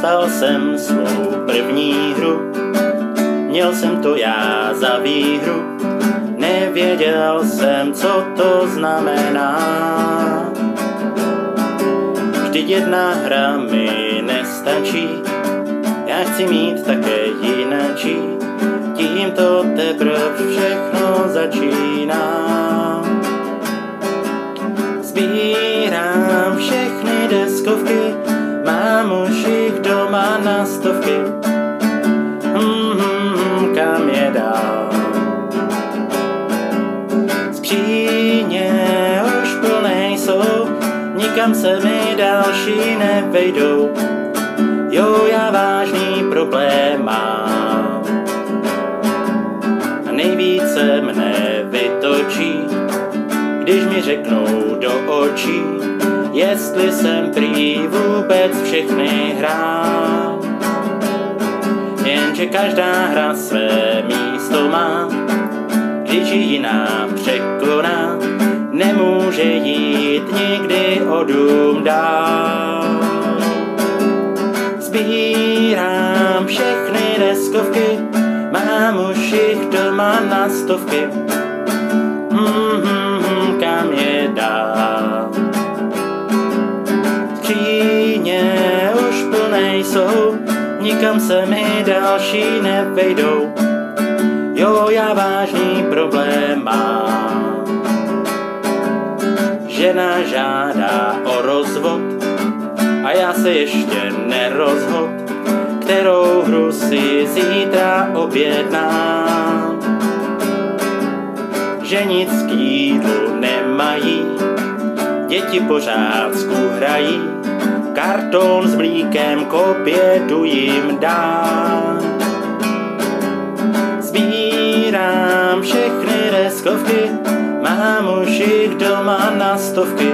Dostal jsem svou první hru, měl jsem to já za výhru, nevěděl jsem, co to znamená. Vždyť jedna hra mi nestačí, já chci mít také jinačí, tím to teprv všechno začíná. Sbírám všechny deskovky, mám už jich doma na stovky, kam je dál? Skříně už plnej jsou, nikam se mi další nevejdou. Jo, já vážný problém mám a nejvíce mne vytočí, když mi řeknou do očí, jestli jsem prý vůbec všechny hrál. Jenže každá hra své místo má, když ji jiná překoná, nemůže jít nikdy o dům dál. Sbírám všechny deskovky, mám už jich doma na stovky, kam je dál? Skříně už plnej jsou, nikam se mi další nevejdou. Jo, já vážný problém mám. Žena žádá o rozvod a já se ještě nerozhod, kterou hru si zítra objednám. Že nic k jídlu nemají, děti pořád hrají, karton s mlíkem k obědu jim dám. Sbírám všechny deskovky, mám už jich doma na stovky,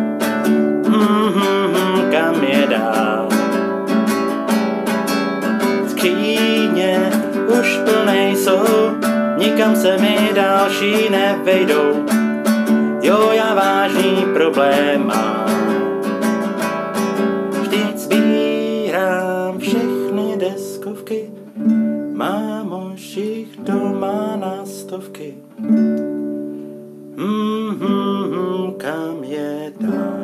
kam je dál? Skříně už plnej jsou, nikam se mi další nevejdou. Jo, já vážný problém mám. Vždyť sbírám všechny deskovky, mám už jich doma na stovky, kam je dál?